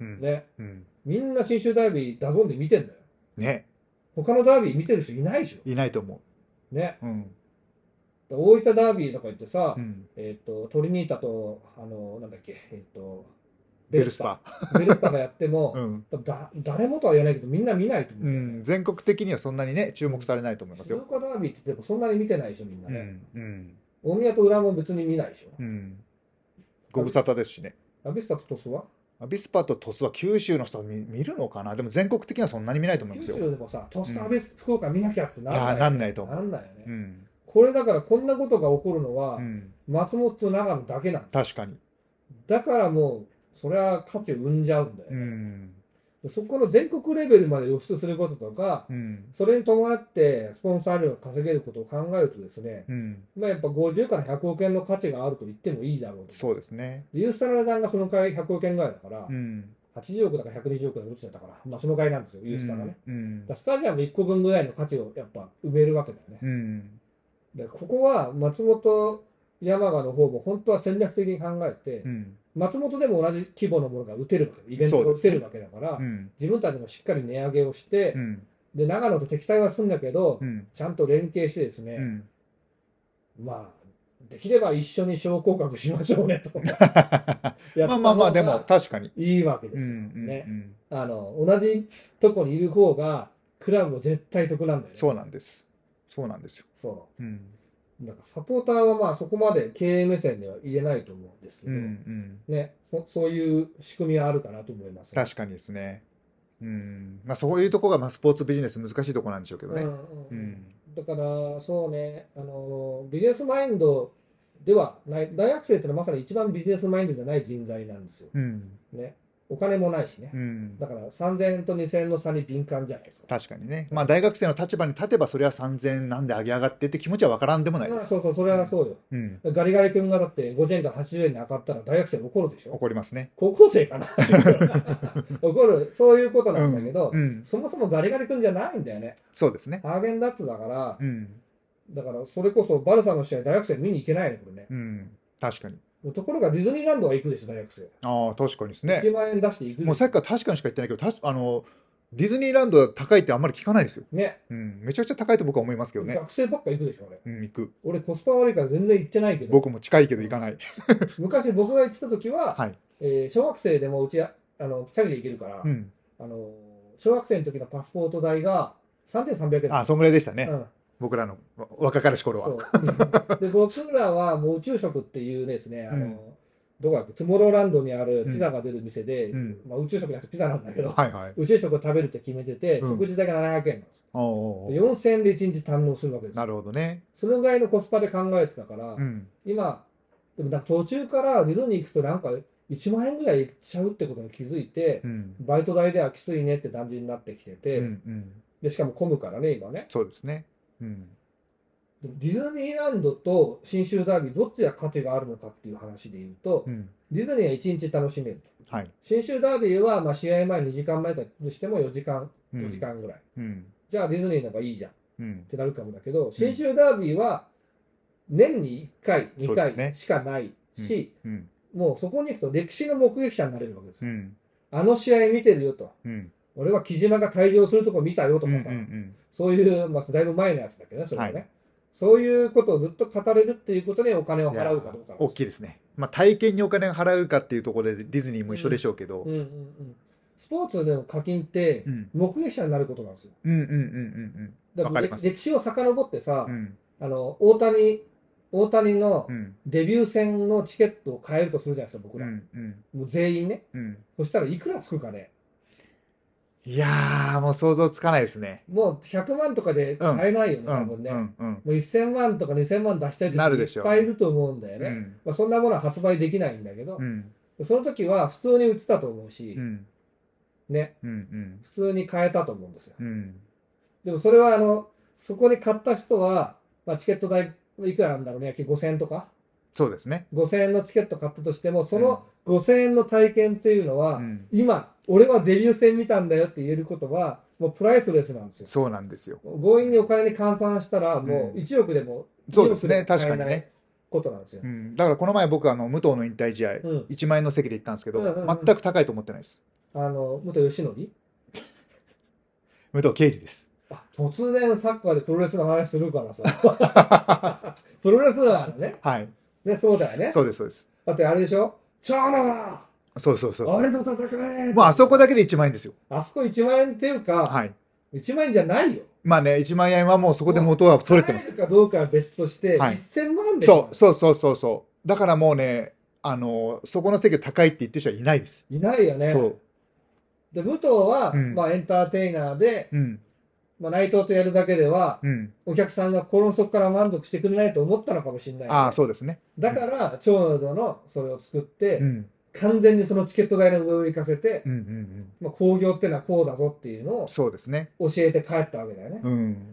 うんね。 うんみんな信州ダービーダゾーンで見てんだよ。 ね、 他のダービー見てる人いないでしょ。 いないと思ね。 う。うん大分ダービーとか言ってさ、 うんえっ、と、トリニータと、あの、なんだっけ、えっ、と、 ベルスパ。 ベルスパがやっても、 うんだ誰もとは言わないけど、みんな見ないと思ううんだよね。 ん、全国的にはそんなにね注目されないと思います静よ。 岡ダービーって言ってもそんなに見てないでしょ、みんなうね。 んうん大宮と浦和も別に見ないでしょ。 うんご無沙汰ですしね。 アビスタとトスはアビスパと鳥栖は九州の人は見見るのかな。でも全国的にはそんなに見ないと思います九よ。 州でもさ、トスとアビス、福岡見なきゃってなんいやーないよね。 なんないと思うなんないよね。 うんこれだからこんなことが起こるのは、 うん松本と長野だけなんだ。 確かに。 だからもう、それは価値を生んじゃうんだようね。 んそこの全国レベルまで露出することとか、 うんそれに伴ってスポンサー料を稼げることを考えるとですね、 うんまあ、やっぱごじゅうからひゃくおくえんの価値があると言ってもいいだろうと。 そうですね。 ユースタの値段がそのくらいひゃくおくえんぐらいだから、 うんはちじゅうおくだかひゃくにじゅうおくだかどっちだったかな。まあそのくらいなんですよ、ユースタがね。 うんだからスタジアムいっこぶんぐらいの価値をやっぱ埋めるわけだよね。 うんでここは松本山賀の方も本当は戦略的に考えて、 うん松本でも同じ規模のものが打てるわけ、イベントが打てるわけだから、 うん自分たちもしっかり値上げをして、 うんで長野と敵対はするんだけど、 うんちゃんと連携してですね、 うんまあできれば一緒に昇降格しましょうねとやったまあまあまあでも方が確かに。 いいわけですよ、 うんうんね。 うんあの同じとこにいる方がクラブも絶対得なんだよね。 そうなんです。そうなんですよ。 そうんう。だからサポーターはまあそこまで経営目線では入れないと思うんですけうど、 んうんね、そそういう仕組みはあるかなと思います、 確かにですね。うんまあそういうところがまあスポーツビジネス難しいところなんでしょうけどね。 うんうんうんだからそうね、あのビジネスマインドではない大学生ってのはまさに一番ビジネスマインドじゃない人材なんですよ、 うんね、お金もないしね、 うんだからさんぜんえんとにせんえんの差に敏感じゃないですか。 確かにね。まあ大学生の立場に立てばそれはさんぜんえんなんで上げ上がってって気持ちは分からんでもないです。 まあそうそうそれはそうよ、 うんガリガリ君がだってごじゅうえんからはちじゅうえんに上がったら大学生怒るでしょ。 怒りますね。 高校生かな怒る、そういうことなんだけど、 うんうんそもそもガリガリ君じゃないんだよね。 そうですね。 ハーゲンダッツだから、 うんだからそれこそバルサの試合大学生見に行けないねこれね。 うん確かに。 ところがディズニーランドは行くでしょ大学生。 ああ確かにですいね。 ちまんえん出して行くでしょもうさっきから確かにしか言ってないけど、たしあのディズニーランド高いってあんまり聞かないですよ。 ね、 うん、めちゃくちゃ高いと僕は思いますけどね。 学生ばっか行くでしょあれ。 うん、行く。 俺コスパ悪いから全然行ってないけど、 僕も近いけど行かない。 昔僕が行ってた時は、 はい。 えー小学生でもうちあのチャリで行けるから、 うん。 あの小学生の時のパスポート代がさんぜんさんびゃくえん。 あ、そんぐらいでしたね。 うん僕らのわ若かりし頃は。 そうで僕らはもう宇宙食っていうですね、あのうんどこだっけ、トゥモローランドにあるピザが出る店で、 うんまあ、宇宙食じゃなくてピザなんだけど、 はいはい。 宇宙食を食べるって決めてて、 うん食事代がななひゃくえんなんですよ。 おうおうおうよんせんえんでいちにち堪能するわけですよ。 なるほどね。 そのぐらいのコスパで考えてたから、 うん。 今、でもなんか途中からディズニー行くとなんかいちまんえんぐらいいっちゃうってことに気づいて、 うん。 バイト代ではきついねって感じになってきてて、 うんうん。 でしかも混むからね、今ね。 そうですね。うん。 でもディズニーランドと信州ダービーどっちが価値があるのかっていう話で言うと、 うん。 ディズニーはいちにち楽しめると。 はい。 信州ダービーはまあ試合前にじかんまえだとしてもよじかん、 うんよじかんぐらい。 うん。 じゃあディズニーの方がいいじゃんっうん。 てなるかもだけど、信州ダービーは年にいっかい、2 そうですね回しかないし、 うん。 もうそこに行くと歴史の目撃者になれるわけですよ。 うん。 あの試合見てるよと。 うん。 俺は木島が退場するとこ見たよとうん。うかさ、 ん。 そういう、まあ、だいぶ前のやつだけどね、それはね。 はいそういうことをずっと語れるっていうことでお金をいや払うかどうかなん大ですきいですね。まあ体験にお金が払うかっていうところでディズニーも一緒でしょうけど。 うんうんうん。スポーツでの課金ってうん目撃者になることなんですよ。 うんうんうんうんだわかります歴史を遡ってさ、 うん。うん。 あの大谷大谷のうん。 デビュー戦のチケットを買えるとするじゃないですか、僕ら。 うん。うん。 もう全員ね。 うん。 そしたらいくらつくかね。 いやー、もう想像つかないですね。 もうひゃくまんとかで買えないよね、 うん。 多分ね。 うん。うん。 もうせんまんとかにせんまん出したいって人いなるでしょうっぱいいると思うんだよね。 うん。 まあ、そんなものは発売できないんだけど、 うん。 その時は普通に売ってたと思うし、 うん。 ね、 うん。 普通に買えたと思うんですよ。 うん。 でもそれはあの、そこに買った人は、まあ、チケット代いくらなんだろうね、ごせんえんとか、 そうですね。 ごせんえんのチケット買ったとしても、そのごせんえんの体験っていうのは、 うん。 今、俺はデビュー戦見たんだよって言えることは、もうプライスレスなんですよ。 そうなんですよ。 強引にお金に換算したら、もううんいちおくでもそうですねにおくでも買えない確かにねことなんですよう。ん。だからこの前僕あの武藤の引退試合うんいちまん円の席で行ったんですけど、 うんうんうん全く高いと思ってないです。 あの武藤義則。 武藤敬司です。 あ、突然サッカーでプロレスの話するからさ。プロレスラーのね。 はい。 ね、そうだよね。 そうです、そうです。 だってあれでしょ、長野そうそうそうそう。 あれと戦え。 もうあそこだけでいちまんえんですよ。 あそこいちまんえんっていうか、 はい。 いちまんえんじゃないよ。 まあね、いちまんえんはもうそこで元は取れてます。 払えるかどうかは別として、 はいせんまんでしょ。 そうそうそうそうそう。だからもうね、あの、そこの席が高いって言ってる人はいないです。 いないよね。 そう。 で、武藤は、 うんまあエンターテイナーで、 うん。 まあ内藤とやるだけでは、 うん。 お客さんが心の底から満足してくれないと思ったのかもしれない、ね。 ああ、そうですね。 だから、長野のそれを作って、 うん。 完全にそのチケット代の上を行かせて、 うんうんうん。 まあ興行ってのはこうだぞっていうのをそうですね。 教えて帰ったわけだよね。 うん。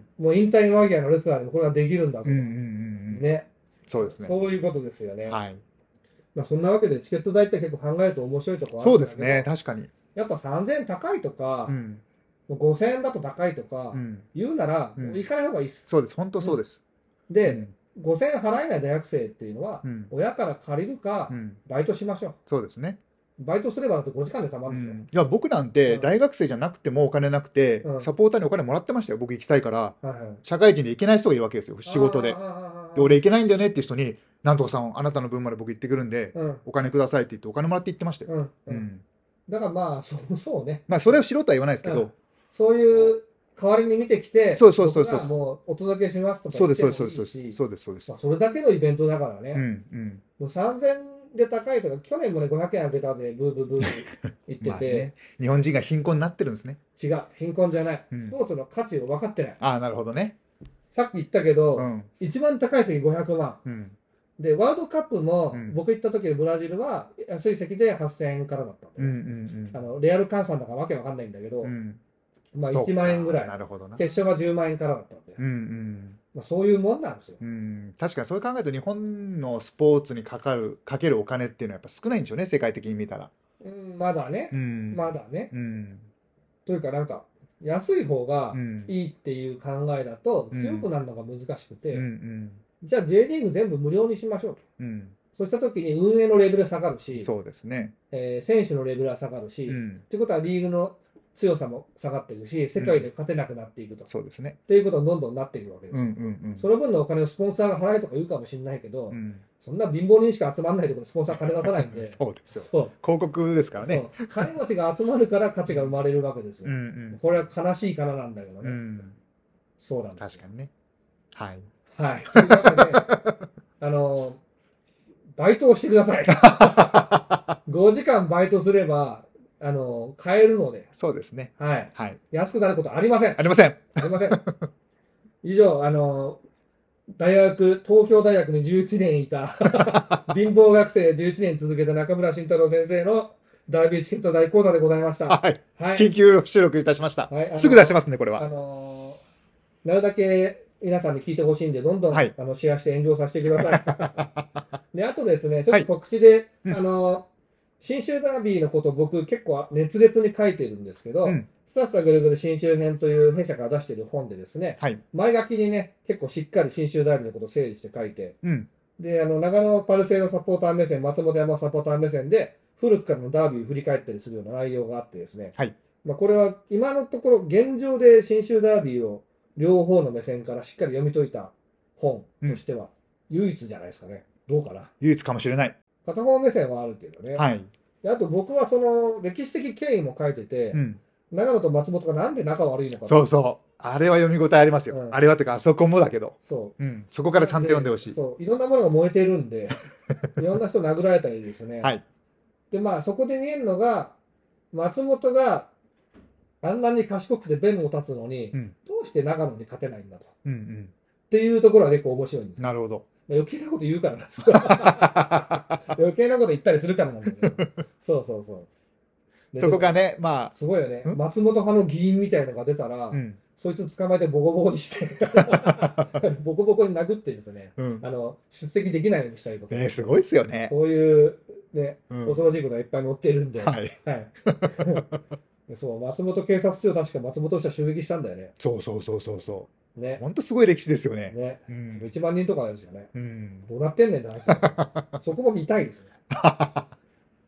もう引退間際のレスラーでもこれはできるんだぞ。 うんうんうんうん。 ね。 そうですね。 そういうことですよね。 はい。 まあそんなわけでチケット代って結構考えると面白いところあそるんだけど、 うですね。確かに。 やっぱさんぜんえん高いとか、 うん。 ごせんえんだと高いとか、 うん。 言うなら、 うんもう行かない方がいいです。 そうです。本当そうです。 で、 うんごせんえん払えない大学生っていうのは、 うん親から借りるか、 うん。 バイトしましょそうですね。 う。バイトすればだってごじかんでたまうるんですよ。 ん。いや、僕なんてうん大学生じゃなくてもお金なくてう、んサポーターにお金もらってましたよ。僕行きたいから。 はいはい、 社会人で行けない人がいるわけですよ。仕事で。 あーで、俺行けないんだよねって人に、なんとかさん、あなたの分まで僕行ってくるんで、 うんお金くださいって言ってお金もらって行ってましたよ。 うんううんん。 だからまあそうそうね、 まあ、それをしろとは言わないですけどうん、そういう代わりに見てきて、 そうそうそうそう僕がもうお届けしますとかそう言ってです、そうです、 もいいし、 そうです。そうです、そうですまあ、。それだけのイベントだからね、 うん、うん。 もうさんぜんえんで高いとか、去年もね、ごひゃくえんあげたで、ブーブーブーブー言ってて、 まあね、日本人が貧困になってるんですね。 違う、貧困じゃない、 うんスポーツの価値を分かってない。 ああ、なるほどね。 さっき言ったけど、 うん、 一番高い席ごひゃくまん。 うん、 で、ワールドカップも、 うん僕行った時のブラジルは安い席ではっせんえんからだったんうん、うで、 ん、 あのレアル換算だからわけわかんないんだけど、 うん。うんまあそうかいちまんえんぐらい、 なるほどな。 決勝がじゅうまんえんからだったんで、 うん、うん。 まあ、そういうもんなんですよ。 うん、確かにそういう考えると日本のスポーツにかかるかけるお金っていうのはやっぱ少ないんでしょうね、世界的に見たら。 うん、まだね、 うん、 まだね。 うん、 というかなんか、安い方がうん、 いいっていう考えだとうん強くなるのが難しくて、 うん、うん、 じゃあ J リーグ全部無料にしましょうと。 うん、 そうした時に運営のレベル下がるし、 そうですね。 えー選手のレベルは下がるし、っうん、 てことはリーグの強さも下がっていくし、世界で勝てなくなっていくと。 そうですね。 っていうことにどんどんなっていくわけですうん、 よ。 うん、うん。 その分のお金をスポンサーが払えとか言うかもしれないけど、 うん、 そんな貧乏人しか集まらないところにスポンサー金出さないんで、 そうですよ。 そう広告ですからね。 そう金持ちが集まるから価値が生まれるわけですよ。 うん、うん、 これは悲しいかななんだけどね。 うん。 そうなんですよ。 確かにね。はい。 はい。というわけで、あの、バイトをしてください。ごじかんバイトすれば、あの、買えるので、 そうですね。 はい。 はい。 安くなることありません。 ありません。 ありません。以上、あの、大学、東京大学にじゅういちねんいた貧乏学生じゅういちねん続けた中村慎太郎先生のダービーチケット大講座でございました。 はい。 はい。 緊急収録いたしました。 はいあのすぐ出しますね、これあは。 のーなるだけ皆さんに聞いてほしいんで、どんどん、 はいあのシェアして炎上させてください。で、あとですね、ちょっはいと告知で、 うんあのー新州ダービーのこと僕結構熱烈に書いてるんですけど、 うんスタスタぐるぐる新州編という弊社から出している本でですね、 はい。 前書きにね、結構しっかり新州ダービーのことを整理して書いて、 うん。 で、あの、長野パルセイロサポーター目線、松本山サポーター目線で、古くからのダービーを振り返ったりするような内容があってですね、 はい。 まあ、これは今のところ現状で新州ダービーを両方の目線からしっかり読み解いた本としては唯一じゃないですかね。どうかな。 唯一かもしれない。 片方目線はあるけどね。 はい。 であと僕はその歴史的経緯も書いてて、 うん。 長野と松本がなんで仲悪いのか。 そうそう。あれは読み応えありますよ。 うんあれはってか、あそこもだけど。 そう。 うん。そこからちゃんと読んでほしい。 そう。いろんなものが燃えてるんで、いろんな人殴られたりですね。 はい。 で、まあそこで見えるのが、松本があんなに賢くて弁を立つのに、 うん。 どうして長野に勝てないんだと。 うんうん。 っていうところは結構面白いんですよ。 なるほど。 余計なこと言うからなんですよ余計なこと言ったりするからなんだけど。そうそうそう。でそこがね、ますごいよね。 ん松本派の議員みたいのが出たら、 あ、うん。 そいつ捕まえてボコボコにして、ボコボコに殴ってですね、 うん。 あの、出席できないようにしたりとか、 ねすごいっすよね。 そういう、ね、 うん恐ろしいことがいっぱい載っているんで、 はい。 はい。でそう、松本警察署を確か松本署は襲撃したんだよね。 そうそうそうそうそう。 ね。 ほんとすごい歴史ですよね。 ね。 うん。 いちまん人とかですよね。 うん。 どうなってんねんって話だよそこも見たいですね。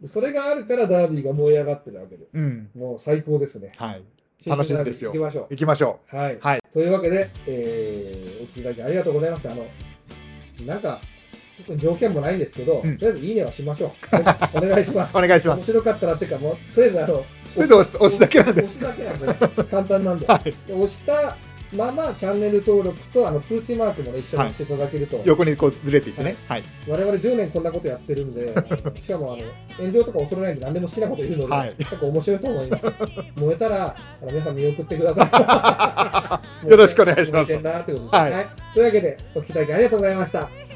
それがあるからダービーが燃え上がってるわけで、 うん。 もう最高ですね。 はい。楽しみですよ行きましょ行きましょう。はい。 はいというわけで、えー、お聞きいただきありがとうございます。あの、なんか、特に条件もないんですけど、 うんとりあえずいいねはしましょう。お願いします。 う。お願いします。 面白かったらっていうか、もう、とりあえずあの、 とりあえず押す押すだけなんで押すだけなんで、ね、簡単なんで。 はい。 で押したままチャンネル登録とあの通知マークも、ね、一緒にしていただけると、 横にこうずれていってね。はい。 我々じゅうねんこんなことやってるんで、あのしかもあの炎上とか恐れないんで何でも好きなこと言うので、 はい結構面白いと思います。燃えたらあの皆さん見送ってください。 よろしくお願いします燃えてんなってことで、 はいはい。というわけでお聞きいただきありがとうございました。